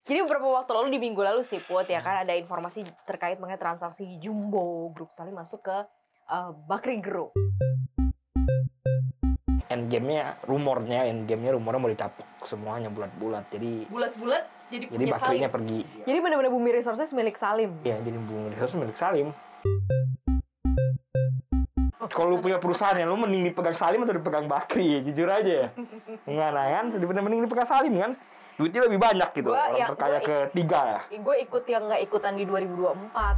Jadi beberapa waktu lalu di minggu lalu sih Put ya kan ada informasi terkait mengenai transaksi Jumbo Grup Salim masuk ke Bakri Group. Endgame-nya rumornya mau dicapuk semuanya bulat-bulat. Jadi Bulat-bulat jadi punya Salim. Bakrinya pergi. Jadi benar-benar Bumi Resources milik Salim. Iya, jadi Bumi Resources milik Salim. Kalau lu punya perusahaan ya, lu mending dipegang Salim atau dipegang Bakri, jujur aja ya. Enggak kan, mending dipegang Salim kan. Duitnya lebih banyak gitu, orang terkaya ketiga ya. Gue ikut yang nggak ikutan di 2024.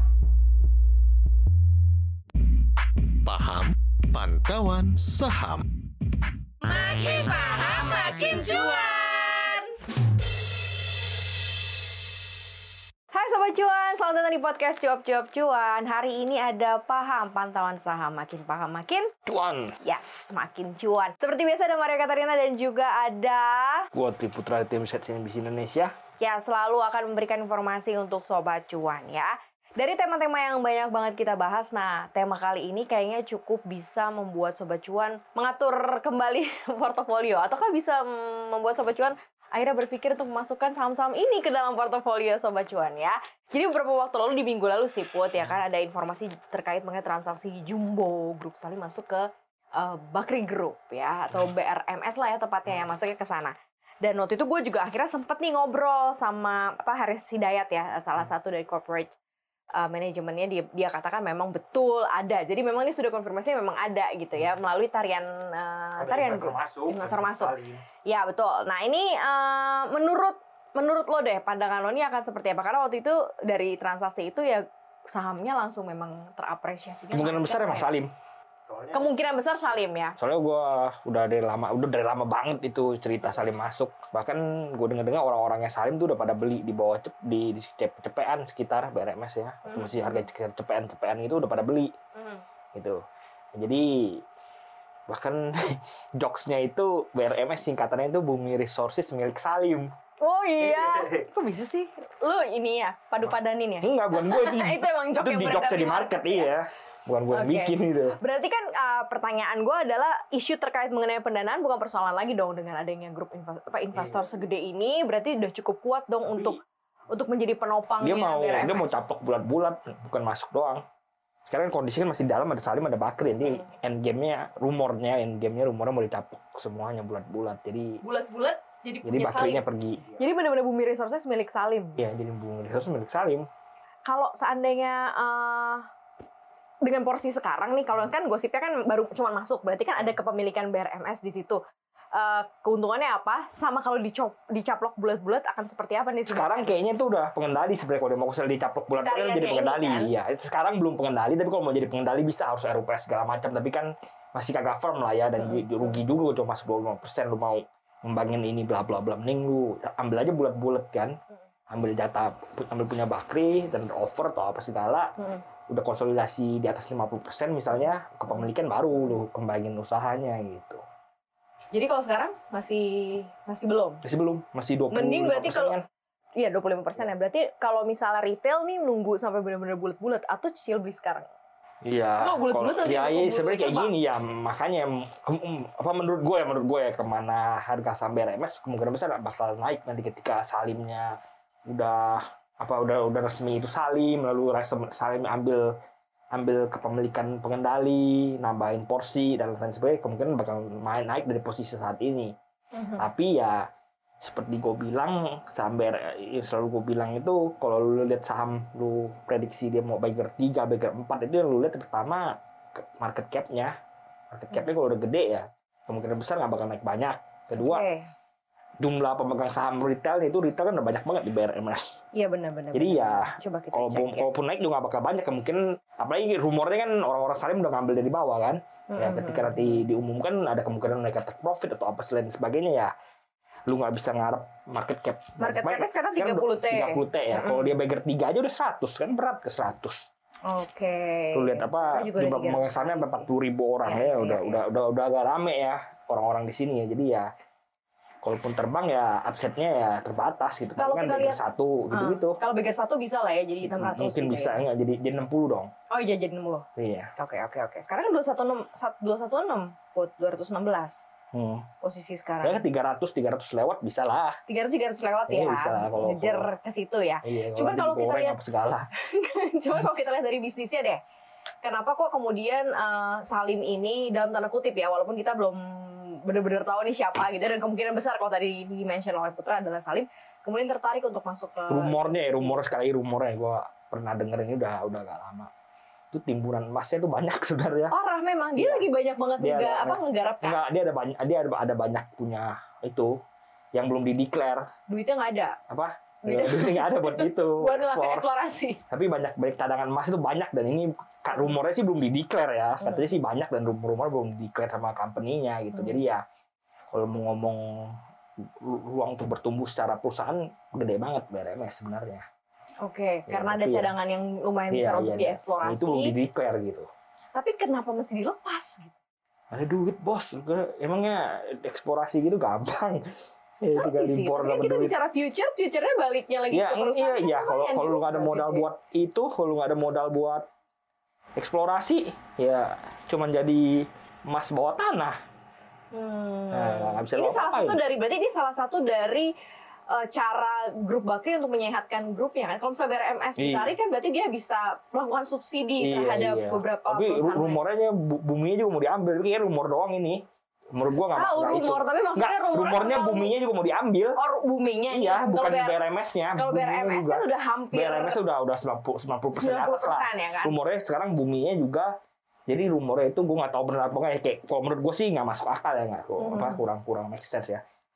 Paham Pantauan Saham. Makin paham makin cuan. Hai Sobat Cuan, selamat datang di podcast Cuap-Cuap Cuan. Hari ini ada Paham Pantauan Saham. Makin paham makin Cuan. Yes, makin cuan. Seperti biasa ada Maria Katarina dan juga ada Gua Triputra tim CNBC Indonesia. Ya, selalu akan memberikan informasi untuk Sobat Cuan ya. Dari tema-tema yang banyak banget kita bahas, nah tema kali ini kayaknya cukup bisa membuat Sobat Cuan mengatur kembali portofolio. Ataukah bisa membuat Sobat Cuan akhirnya berpikir untuk memasukkan saham-saham ini ke dalam portofolio Sobat Cuan ya. Jadi beberapa waktu lalu di minggu lalu sih Put ya kan ada informasi terkait mengenai transaksi Jumbo Grup Salim masuk ke Bakri Group ya. Atau BRMS lah ya tepatnya ya, masuknya ke sana. Dan waktu itu gue juga akhirnya sempet nih ngobrol sama Haris Hidayat ya, salah satu dari corporate manajemennya. Dia katakan memang betul ada. Jadi memang ini sudah konfirmasi memang ada gitu ya melalui tarian investor masuk. Ya betul. Nah ini menurut lo deh pandangan lo ini akan seperti apa? Karena waktu itu dari transaksi itu ya sahamnya langsung memang terapresiasi. Kemungkinan besar emang Salim. Kemungkinan besar Salim ya. Soalnya gue udah dari lama banget itu cerita Salim masuk. Bahkan gue dengar orang-orangnya Salim tuh udah pada beli di bawah di cepean sekitar BRMS ya. Masih harga cepean itu udah pada beli. Gitu. Jadi bahkan jokesnya itu BRMS singkatannya itu Bumi Resources milik Salim. Oh iya, kok bisa sih? Lu ini ya, padu-padanin ya? Enggak, bukan gue itu. Itu emang joke yang di beredar jokesnya di market, iya. Bukan gue yang bikin itu. Berarti kan pertanyaan gue adalah isu terkait mengenai pendanaan bukan persoalan lagi dong dengan adanya grup investor segede ini. Berarti udah cukup kuat dong untuk menjadi penopangnya BRMS. Dia mau caplok bulat-bulat, bukan masuk doang. Sekarang kondisi kan masih dalam, ada Salim, ada Bakri. Jadi endgame-nya rumornya mau dicaplok semuanya bulat-bulat. Jadi bulat-bulat jadi Bakrinya pergi. Jadi benar-benar Bumi Resources milik Salim. Iya, jadi Bumi Resources milik Salim. Kalau seandainya dengan porsi sekarang nih, kalau kan gosipnya kan baru cuma masuk, berarti kan ada kepemilikan BRMS di situ. Keuntungannya apa? Sama kalau dicaplok bulat-bulat akan seperti apa nih? Sekarang kayaknya itu udah pengendali sebenarnya. Kalau mau dicaplok bulat-bulat jadi pengendali. Iya, kan? Sekarang belum pengendali, tapi kalau mau jadi pengendali bisa harus RUPS segala macam. Tapi kan masih kagak firm lah ya, dan rugi juga cuma masuk 25%. Lu mau ngembangin ini bla bla bla, mending lu ambil aja bulat-bulat kan. Ambil jatah, ambil punya Bakri dan offer atau apa segala. Udah konsolidasi di atas 50% misalnya, kepemilikan baru lu kembangin usahanya gitu. Jadi kalau sekarang masih belum? Masih 25%. Mending berarti kalau kan? Iya 25% ya. Berarti kalau misalnya retail nih nunggu sampai benar-benar bulat-bulat atau cicil beli sekarang? Iya. Kalau bulat-bulat ya sebenarnya kayak gini ya, makanya menurut gue ya kemana harga saham BRMS kemungkinan besar bakal naik nanti ketika Salimnya udah resmi itu Salim, lalu Salim ambil kepemilikan pengendali, nambahin porsi dan lain sebagainya, kemungkinan bakal naik dari posisi saat ini. Tapi ya seperti gue bilang, selalu gue bilang itu kalau lu lihat saham, lu prediksi dia mau Bagger 3, Bagger 4 itu yang lu lihat pertama market cap-nya. Market cap-nya kalau udah gede ya kemungkinan besar nggak bakal naik banyak. Kedua, jumlah pemegang saham retail kan udah banyak banget di BRMS. Iya benar-benar. Jadi ya kalaupun naik juga nggak bakal banyak, kemungkinan apalagi rumornya kan orang-orang Salim udah ngambil dari bawah kan. Ya ketika nanti diumumkan ada kemungkinan naik take profit atau apa selain sebagainya ya. Lu nggak bisa ngarep market cap. Market cap sekarang 30T. 30T ya. Kalau dia Bagger 3 aja udah 100 kan, berat ke 100. Oke. Lu lihat jumlah pemegang sahamnya 40.000 orang ya. Udah agak rame ya orang-orang di sini ya. Jadi ya kalaupun terbang ya upsetnya ya terbatas gitu. Kalau kan kita Bagger lihat 1 gitu-gitu. Kalau Bagger 1 bisa lah ya jadi 600. Mungkin bisa enggak jadi 60 dong. Oh iya jadi 60. Iya. Oke. Sekarang 216 216 216. posisi sekarang. Ya 300 lewat bisa lah. 300 lewat ya. Bisa lah Ngejar ke situ ya. Iya, Cuman kalau kita lihat segala. Cuman kalau kita lihat dari bisnisnya deh. Kenapa kok kemudian Salim ini dalam tanda kutip ya, walaupun kita belum benar-benar tahu nih siapa gitu, dan kemungkinan besar kalau tadi di-mention oleh Putra adalah Salim, kemudian tertarik untuk masuk ke rumornya gue pernah denger ini udah gak lama. Itu timbunan emasnya tuh banyak sebenarnya. Parah memang dia lagi banyak banget ngegarap kan. Enggak, dia ada banyak punya itu yang belum dideklar. Duitnya nggak ada. Apa? Duitnya nggak ada buat itu. Buat eksplorasi. Tapi banyak cadangan emas itu banyak, dan ini rumornya sih belum dideklar ya. Katanya sih banyak, dan rumor belum dideklar sama company-nya gitu. Jadi ya kalau mau ngomong ruang untuk bertumbuh secara perusahaan gede banget BRMS sebenarnya. Oke, Ya, karena ada cadangan yang lumayan besar untuk dieksplorasi. Itu belum dideklar gitu. Tapi kenapa mesti dilepas gitu? Ada duit bos, emangnya eksplorasi gitu gampang. Tinggal sih, impor tapi kan kita duit. bicara future-nya baliknya lagi ke perusahaan. Iya, kalau lu nggak ada modal buat itu, kalau lu nggak ada modal buat eksplorasi, ya cuman jadi emas bawah tanah. Nah, nggak bisa Ini apa-apain. salah satu dari cara grup Bakri untuk menyehatkan grupnya kan. Kalau misalnya BRMS ditarik kan berarti dia bisa melakukan subsidi terhadap beberapa tapi perusahaan. Tapi rumornya buminya juga mau diambil. Tapi kayaknya rumor doang ini. Menurut gua nggak rumor, tapi maksudnya rumornya buminya juga mau diambil. Oh, buminya iya, bukan kalau BRMS-nya. Kalau BRMS kan udah hampir. BRMS udah 90% atas lah. Ya kan? Rumornya sekarang buminya juga. Jadi rumornya itu gue nggak tahu benar apa nggak. Kayak kalau menurut gue sih nggak masuk akal ya, nggak. Kurang make sense ya.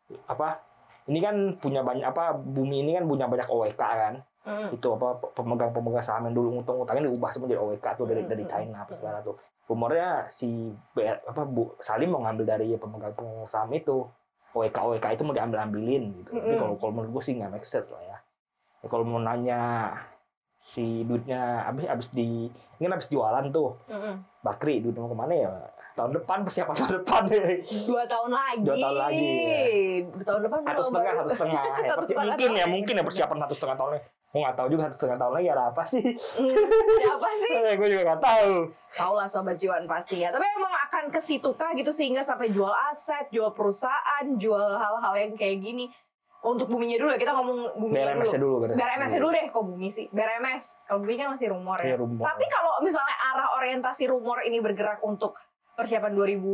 Ini kan punya banyak bumi ini kan punya banyak OWK kan. Itu pemegang saham yang dulu ngutang-ngutangin diubah semua jadi OWK tuh dari China apa segala tuh. Rumornya si Salim mau ngambil dari pemegang saham itu. OWK itu mau diambilin gitu. Jadi kalau menurut gue sih nggak make sense lah ya. Kalau mau nanya si duitnya habis jualan tuh. Bakri duitnya mau kemana ya? Tahun depan, persiapan tahun depan deh. 2 tahun lagi. 2 tahun lagi. Ya. Tahun depan satu setengah. Mungkin ya persiapan 1,5 tahunnya. Gue nggak tahu juga 1,5 tahun lagi ada apa sih. Ada apa sih? Gue juga nggak tahu. Tahu lah Sobat Cuan pasti ya. Tapi emang akan ke situ kah gitu sehingga sampai jual aset, jual perusahaan, jual hal-hal yang kayak gini. Untuk buminya dulu ya, kita ngomong buminya dulu. BRMS-nya dulu deh, kok bumi sih. BRMS, kalau bumi kan masih rumor ya. Tapi kalau misalnya arah orientasi rumor ini bergerak untuk persiapan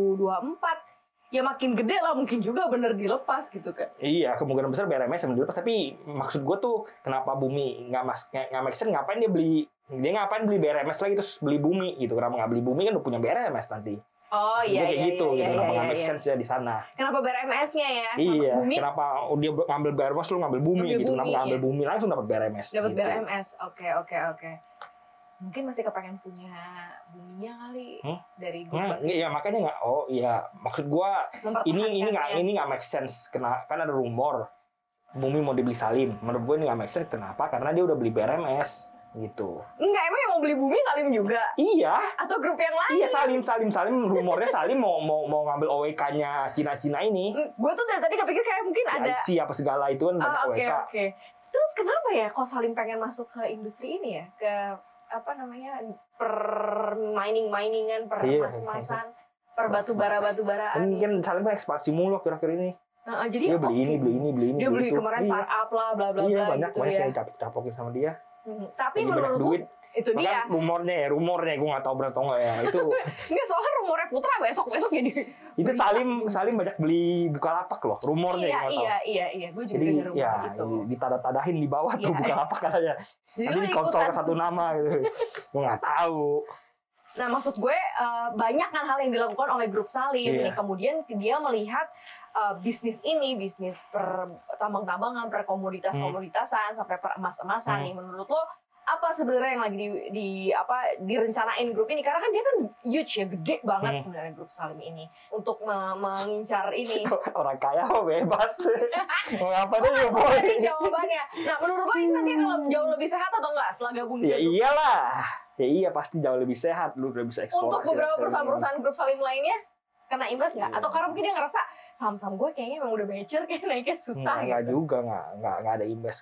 2024, ya makin gede lah, mungkin juga bener dilepas gitu kan. Iya, kemungkinan besar BRMS yang dilepas. Tapi maksud gue tuh, kenapa bumi nggak make sense, ngapain dia beli BRMS lagi terus beli bumi gitu. Kenapa nggak beli bumi kan udah punya BRMS nanti. Oh iya, kayak gitu. Kenapa nggak make sense ya di sana? Kenapa BRMS-nya ya? Iya. Bumi? Kenapa dia ngambil BRMS lu ngambil bumi gitu? Kenapa nggak ngambil bumi langsung dapat BRMS? Dapat gitu. BRMS. Oke. Mungkin masih kepengen punya buminya kali dari grup. Iya makanya nggak. Oh iya, maksud gua ini nggak make sense. Kan ada rumor bumi mau dibeli Salim. Menurut gua ini nggak make sense. Kenapa? Karena dia udah beli BRMS. Gitu. Enggak, emang yang mau beli bumi Salim juga? Iya. Atau grup yang lain? Iya, Salim. Rumornya Salim mau ngambil OWK-nya Cina ini. Gue tuh dari tadi kepikir kayak mungkin ada apa segala itu kan banyak OWK. Oke. Terus kenapa ya kok Salim pengen masuk ke industri ini ya? Ke per miningan, per emas-emasan, per batu-baraan. Mungkin Salim ekspansi mulu akhir-akhir ini. Jadi dia beli ini. Dia beli kemarin startup lah, bla bla bla. Iya, banyak gitu ya. yang capok-capokin sama dia. Tapi menurut gue itu dia. Rumornya gue nggak tahu benar atau nggak ya itu. Enggak, soalnya rumornya Putra besok jadi. Itu Salim banyak beli Bukalapak loh, rumornya. Iya. Gue juga dengar rumor itu. Ditada-tadahin di bawah tuh Bukalapak katanya. Nanti dikonsol ke satu nama gitu. Gue nggak tahu. Nah, maksud gue banyak kan hal yang dilakukan oleh grup Salim. Nih, kemudian dia melihat bisnis per tambang-tambangan, per komoditas-komoditasan, sampai per emas-emasan nih. Menurut lo apa sebenarnya yang lagi direncanain grup ini? Karena kan dia kan huge ya, gede banget sebenarnya grup Salim ini untuk mengincar ini. Orang kaya kok bebas. Mau apa deh boy? Jawabannya. Nah, menurut lo ini nanti akan jauh lebih sehat atau enggak setelah gabung ya iyalah. Ya iya pasti jauh lebih sehat, lu udah bisa eksplorasi. Untuk beberapa perusahaan-perusahaan grup Salim lainnya kena imbas nggak? Atau karena mungkin dia ngerasa saham-saham gue kayaknya memang udah mature, kayak naiknya susah nggak gitu? Juga nggak ada imbas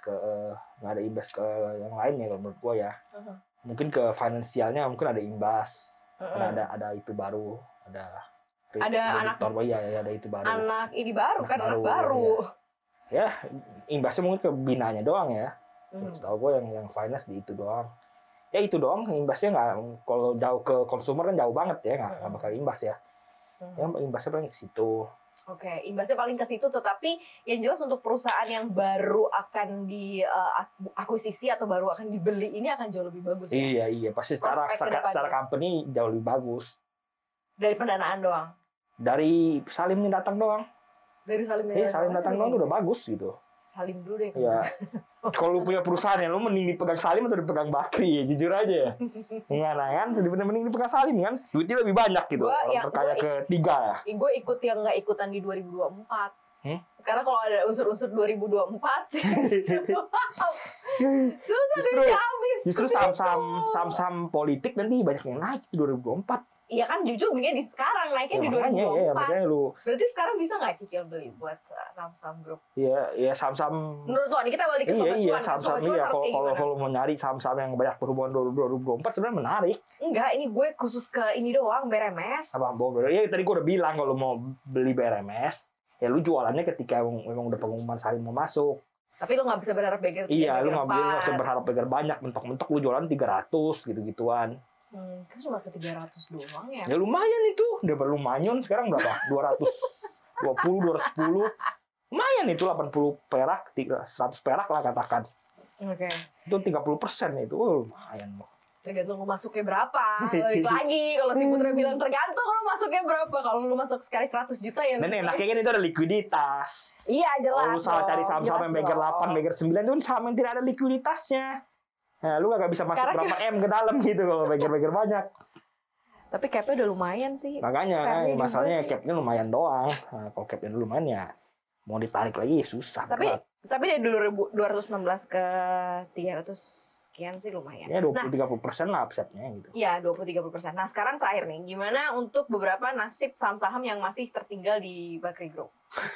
ke yang lainnya kalau menurut gue ya. Mungkin ke finansialnya mungkin ada imbas. Karena ada itu baru, ada Ada Victor, ya ada itu baru. anak ini baru kan, anak Baru, baru. Ya, imbasnya mungkin ke binanya doang ya. Hmm. Setahu gue yang finance di itu doang. Ya itu doang, imbasnya nggak, kalau jauh ke konsumer kan jauh banget ya, nggak bakal imbas ya. Ya imbasnya paling ke situ. Oke, imbasnya paling ke situ, tetapi yang jelas untuk perusahaan yang baru akan diakuisisi atau baru akan dibeli ini akan jauh lebih bagus ya. Iya, pasti secara Prospek ke depannya. secara company jauh lebih bagus. Dari pendanaan doang. Dari Salim yang datang doang. Dari Salim Salim datang doang udah bagus gitu. Salim dulu deh. Ya. Kalau lu punya perusahaan ya, lu mending dipegang Salim atau dipegang Bakri ya, jujur aja ya. Gimana kan? Mending dipegang Salim kan? Duitnya lebih banyak gitu. Orang terkaya ketiga ya. Gue ikut yang nggak ikutan di 2024. Karena kalau ada unsur-unsur 2024 susah duitnya habis. Justru saham-saham politik nanti banyak yang naik di 2024. Iya kan, jujur belinya di sekarang, naiknya di 2024. Ya, makanya lu. Berarti sekarang bisa nggak cicil beli buat saham-saham grup? Iya saham-saham. Menurut lo, ini kita balik ke Sobat Cuan. Iya, saham-saham iya. Kalau mau nyari saham-saham yang banyak berhubungan 2024 sebenarnya menarik. Enggak, ini gue khusus ke ini doang, BRMS. Apa Bogor? Ya tadi gue udah bilang kalau mau beli BRMS, ya lu jualannya ketika memang udah pengumuman Salim mau masuk. Tapi lu nggak bisa berharap beggar. Iya, lu nggak bisa berharap beggar banyak, mentok-mentok lu jualan 300 gitu-gituan. Kan cuma ke 300 doang ya. Ya lumayan itu, udah lumayan sekarang berapa? 220, 210. Lumayan itu 80 perak, 100 perak lah katakan. Oke. Itu 30% itu, lumayan loh. Tergantung lu masuknya berapa. Balik lagi, kalau si Putra bilang tergantung lu masuknya berapa. Kalau lu masuk sekali 100 juta ya. Dan enaknya kan itu ada likuiditas. Iya, jelas. Kalau lu salah cari saham-saham yang beggar 8, beggar 9 itu kan saham yang tidak ada likuiditasnya. Nah, lu gak bisa masuk berapa M ke dalam gitu kalau beggar-beggar banyak. Tapi capnya udah lumayan sih. Makanya masalahnya capnya lumayan doang. Nah, kalau capnya lumayan ya mau ditarik lagi susah. Tapi dari 216 ke 300 sekian sih lumayan. Ya 20-30% lah upsetnya gitu. Iya, 20-30%. Nah sekarang terakhir nih, gimana untuk beberapa nasib saham-saham yang masih tertinggal di Bakri Group?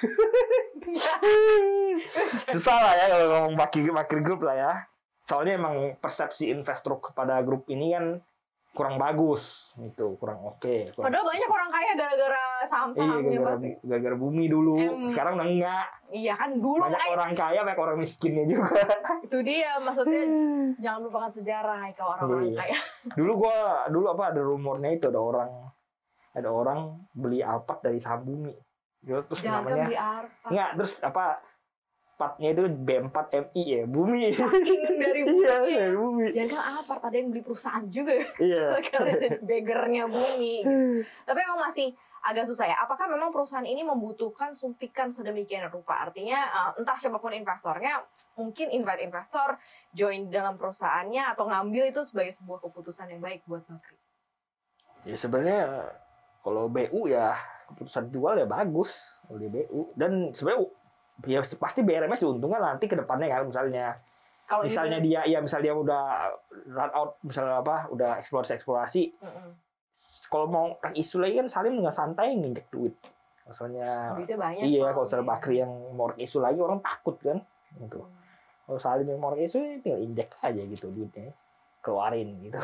Susah lah ya kalau ngomong Bakri Group lah ya. Soalnya emang persepsi investor kepada grup ini kan kurang bagus gitu, kurang oke. Padahal banyak orang kaya gara-gara saham-sahamnya gara-gara bumi dulu. Sekarang udah enggak. Iya kan dulu banyak orang kaya, banyak orang miskinnya juga. Itu dia maksudnya, jangan lupakan sejarah ke orang-orang kaya. Dulu ada rumornya itu ada orang beli Alphard dari saham bumi. Terus jangan namanya beli Alphard. Enggak, terus partnya itu B4 MI ya, bumi. Saking dari bumi. Iya, dari bumi. Jangan kan Alphard, ada yang beli perusahaan juga. Iya. Karena jadi beggarnya bumi. Tapi emang masih agak susah ya. Apakah memang perusahaan ini membutuhkan suntikan sedemikian rupa? Artinya entah siapapun investornya, mungkin invite investor join dalam perusahaannya atau ngambil itu sebagai sebuah keputusan yang baik buat Bakri. Ya sebenarnya kalau BU ya keputusan jual ya bagus kalau di BU. Dan sebenarnya ya pasti BRMS diuntungkan nanti ke depannya kan, misalnya dia udah run out, misalnya udah eksplorasi. Kalau mau isu lagi kan Salim dengan santai nginjek duit. Maksudnya duitnya banyak. Iya, kalau misalnya Bakri yang mau isu lagi orang takut kan gitu. Kalau Salim yang mau isu tinggal injek aja gitu duitnya, keluarin gitu.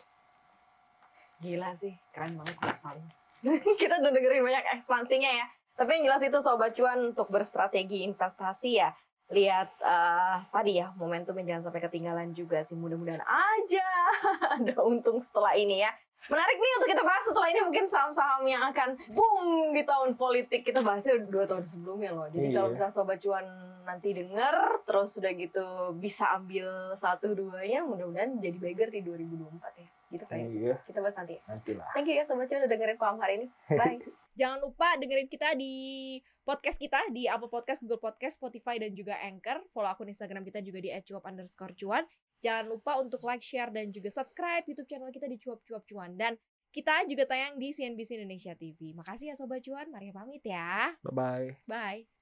Gila sih, keren banget Salim. Kita udah dengerin banyak ekspansinya ya. Tapi yang jelas itu Sobat Cuan untuk berstrategi investasi ya. Lihat tadi ya, momentum yang jangan sampai ketinggalan juga sih. Mudah-mudahan aja ada untung setelah ini ya. Menarik nih untuk kita bahas setelah ini, mungkin saham-saham yang akan boom di tahun politik. Kita bahasnya 2 tahun sebelumnya loh. Jadi kalau misalnya Sobat Cuan nanti denger, terus udah gitu bisa ambil 1-2-nya, mudah-mudahan jadi beggar di 2024 ya. Gitu kan. Iya. Kita bahas nanti ya. Nantilah. Thank you ya Sobat Cuan udah dengerin Paham hari ini. Bye. Jangan lupa dengerin kita di podcast kita di Apple Podcast, Google Podcast, Spotify, dan juga Anchor. Follow akun Instagram kita juga di @cuap_cuan. Jangan lupa untuk like, share, dan juga subscribe YouTube channel kita di Cuap Cuan. Dan kita juga tayang di CNBC Indonesia TV. Makasih ya Sobat Cuan, Maria pamit ya. Bye-bye. Bye.